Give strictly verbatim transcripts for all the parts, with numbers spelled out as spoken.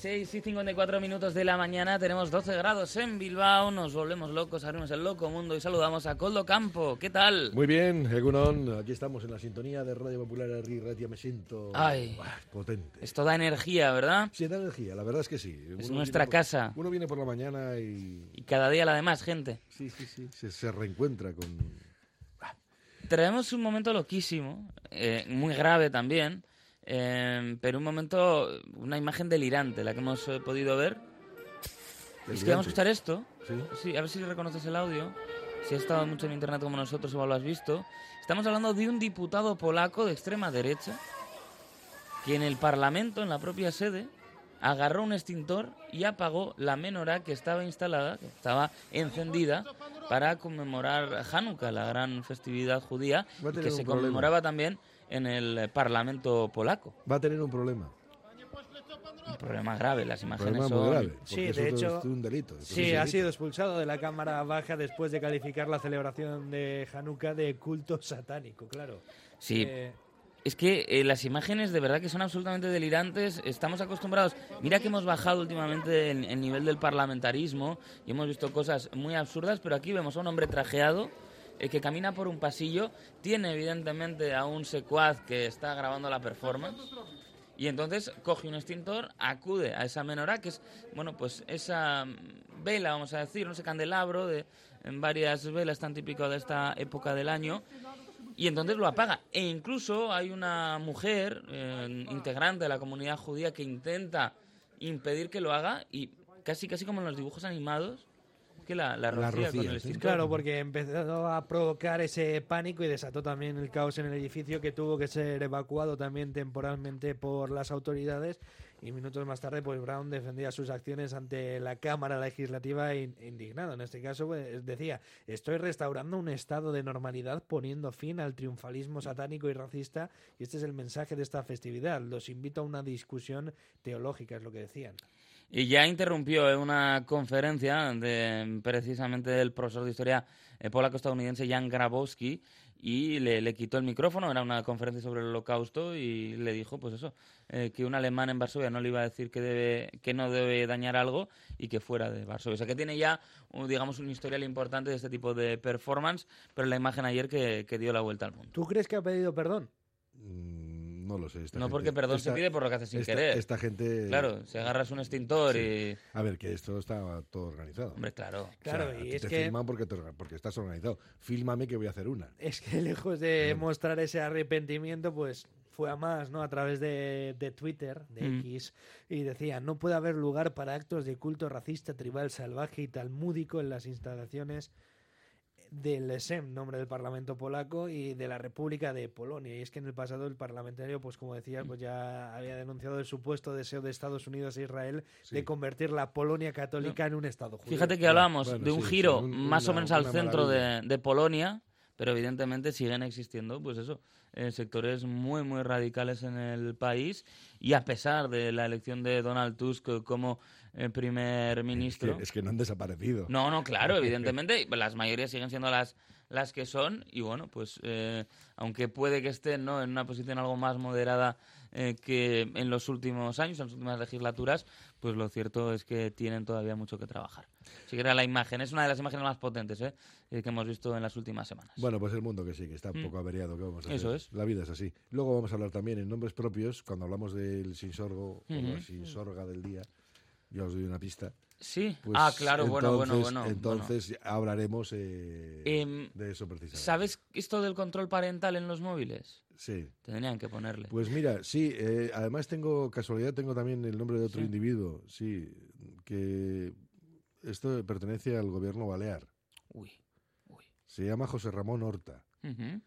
seis y cincuenta y cuatro minutos de la mañana, tenemos doce grados en Bilbao, nos volvemos locos, abrimos el loco mundo y saludamos a Koldo Campo. ¿Qué tal? Muy bien, Egunon, aquí estamos en la sintonía de Radio Popular Herri Ratia, me siento Ay, bah, potente. Esto da energía, ¿verdad? Sí, da energía, la verdad es que sí. Es Uno nuestra por, casa. Uno viene por la mañana y... Y cada día la demás gente. Sí, sí, sí, se, se reencuentra con... Bah. Traemos un momento loquísimo, eh, muy grave también. Eh, pero un momento, una imagen delirante, la que hemos eh, podido ver. Delirante. Es que vamos a escuchar esto. ¿Sí? Sí, a ver si reconoces el audio. Si has estado mucho en internet como nosotros, igual lo has visto. Estamos hablando de un diputado polaco de extrema derecha que en el Parlamento, en la propia sede, agarró un extintor y apagó la menorá que estaba instalada, que estaba encendida, para conmemorar Hanukkah, la gran festividad judía, y que se conmemoraba también en el Parlamento polaco. Va a tener un problema. Un problema grave, las imágenes un son... muy grave, sí, es de otro, hecho, es un delito. Es sí, un ha delito. sido expulsado de la Cámara Baja después de calificar la celebración de Hanukkah de culto satánico, claro. Sí. Eh, Es que eh, las imágenes de verdad que son absolutamente delirantes. Estamos acostumbrados. Mira que hemos bajado últimamente el, el nivel del parlamentarismo y hemos visto cosas muy absurdas, pero aquí vemos a un hombre trajeado eh, que camina por un pasillo. Tiene evidentemente a un secuaz que está grabando la performance. Y entonces coge un extintor, acude a esa menorá, que es, bueno, pues esa vela, vamos a decir, no sé, candelabro, de, en varias velas tan típico de esta época del año. Y entonces lo apaga. E incluso hay una mujer, eh, integrante de la comunidad judía, que intenta impedir que lo haga y casi casi como en los dibujos animados, que la, la rocía, rocía, con el sí. extintor. Claro, porque empezó a provocar ese pánico y desató también el caos en el edificio, que tuvo que ser evacuado también temporalmente por las autoridades. Y minutos más tarde, pues Brown defendía sus acciones ante la Cámara Legislativa indignado. En este caso, pues, decía: estoy restaurando un estado de normalidad poniendo fin al triunfalismo satánico y racista, y este es el mensaje de esta festividad. Los invito a una discusión teológica, es lo que decían. Y ya interrumpió en una conferencia de precisamente del profesor de historia eh, polaco-estadounidense Jan Grabowski, y le, le quitó el micrófono. Era una conferencia sobre el Holocausto y le dijo, pues eso, eh, que un alemán en Varsovia no le iba a decir que debe que no debe dañar algo y que fuera de Varsovia. O sea, que tiene ya, un, digamos, un historial importante de este tipo de performance, pero la imagen ayer que, que dio la vuelta al mundo. ¿Tú crees que ha pedido perdón? Mm, no lo sé. Esta no, gente, porque perdón esta, se pide por lo que haces sin esta, querer. Esta gente... Claro, si agarras un extintor sí. y... A ver, que esto está todo organizado. Hombre, claro. Claro, o sea, y a ti es te que... filman porque, te, porque estás organizado. Fílmame que voy a hacer una. Es que lejos de bueno. mostrar ese arrepentimiento, pues fue a más, ¿no? A través de, de Twitter, de mm. X, y decía: no puede haber lugar para actos de culto racista, tribal, salvaje y talmúdico en las instalaciones del Sejm, nombre del Parlamento polaco, y de la República de Polonia. Y es que en el pasado el parlamentario, pues como decía, pues ya había denunciado el supuesto deseo de Estados Unidos e Israel sí. de convertir la Polonia católica no. en un estado judío. Fíjate que hablábamos bueno, de un sí, giro sí, un, más una, o menos al centro de, de Polonia, pero evidentemente siguen existiendo, pues eso, eh, sectores muy, muy radicales en el país, y a pesar de la elección de Donald Tusk como eh, primer ministro... Es que, es que no han desaparecido. No, no, claro, evidentemente, las mayorías siguen siendo las, las que son, y bueno, pues eh, aunque puede que estén, ¿no?, en una posición algo más moderada eh, que en los últimos años, en las últimas legislaturas, pues lo cierto es que tienen todavía mucho que trabajar. Sí que era la imagen, es una de las imágenes más potentes ¿eh? Eh, que hemos visto en las últimas semanas. Bueno, pues el mundo que sí, que está un poco averiado, ¿qué vamos a hacer? Eso es. La vida es así. Luego vamos a hablar también en nombres propios, cuando hablamos del sinsorgo, uh-huh. o la sinsorga del día, yo os doy una pista. Sí, pues ah, claro, entonces, bueno, bueno, bueno. Entonces bueno. hablaremos eh, eh, de eso precisamente. ¿Sabes esto del control parental en los móviles? Sí. Tendrían que ponerle. Pues mira, sí, eh, además tengo, casualidad, tengo también el nombre de otro sí. individuo, sí, que esto pertenece al gobierno balear. Uy, uy. Se llama José Ramón Horta. Uh-huh.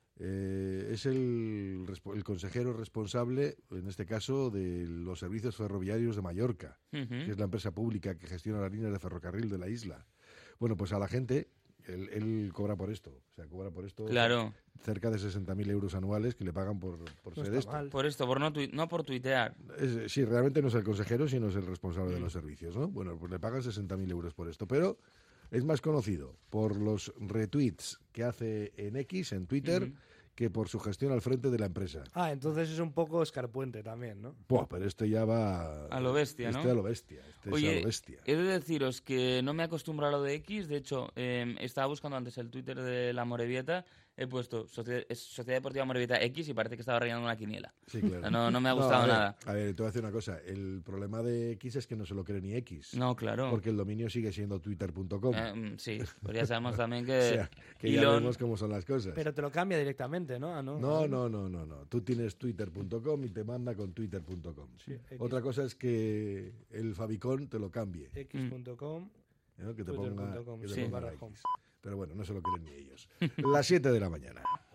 Eh, es el, el consejero responsable, en este caso, de los servicios ferroviarios de Mallorca, uh-huh. que es la empresa pública que gestiona las líneas de ferrocarril de la isla. Bueno, pues a la gente, él, él cobra por esto, o sea, cobra por esto claro. cerca de sesenta mil euros anuales que le pagan por, por no ser esto. Mal. Por esto, por no, tu, no por tuitear. Es, sí, realmente no es el consejero, sino es el responsable uh-huh. de los servicios, ¿no? Bueno, pues le pagan sesenta mil euros por esto, pero es más conocido por los retweets que hace en X, en Twitter, uh-huh. que por su gestión al frente de la empresa. Ah, entonces es un poco escarpuente también, ¿no? Buah, pero este ya va... A lo bestia, este ¿no? a lo bestia. Este Oye, es a lo bestia. he de deciros que no me he acostumbrado a lo de X. De hecho, eh, estaba buscando antes el Twitter de la Morevieta. He puesto Sociedad, Sociedad Deportiva Morevieta X y parece que estaba rellenando una quiniela. Sí, claro. No, no me ha gustado no, a ver, nada. A ver, te voy a decir una cosa. El problema de X es que no se lo cree ni X. No, claro. Porque el dominio sigue siendo twitter punto com. Eh, sí, pues ya sabemos también que... O sea, que ya Elon... vemos cómo son las cosas. Pero te lo cambia directamente, ¿no? Ah, no, No, no, no, no, no. Tú tienes twitter punto com y te manda con twitter punto com. Sí, X. Otra cosa es que el favicon te lo cambie. X punto com, ¿no? Que te twitter ponga, punto com, que te sí, ponga barra X. home. Pero bueno, no se lo creen ni ellos. Las siete de la mañana.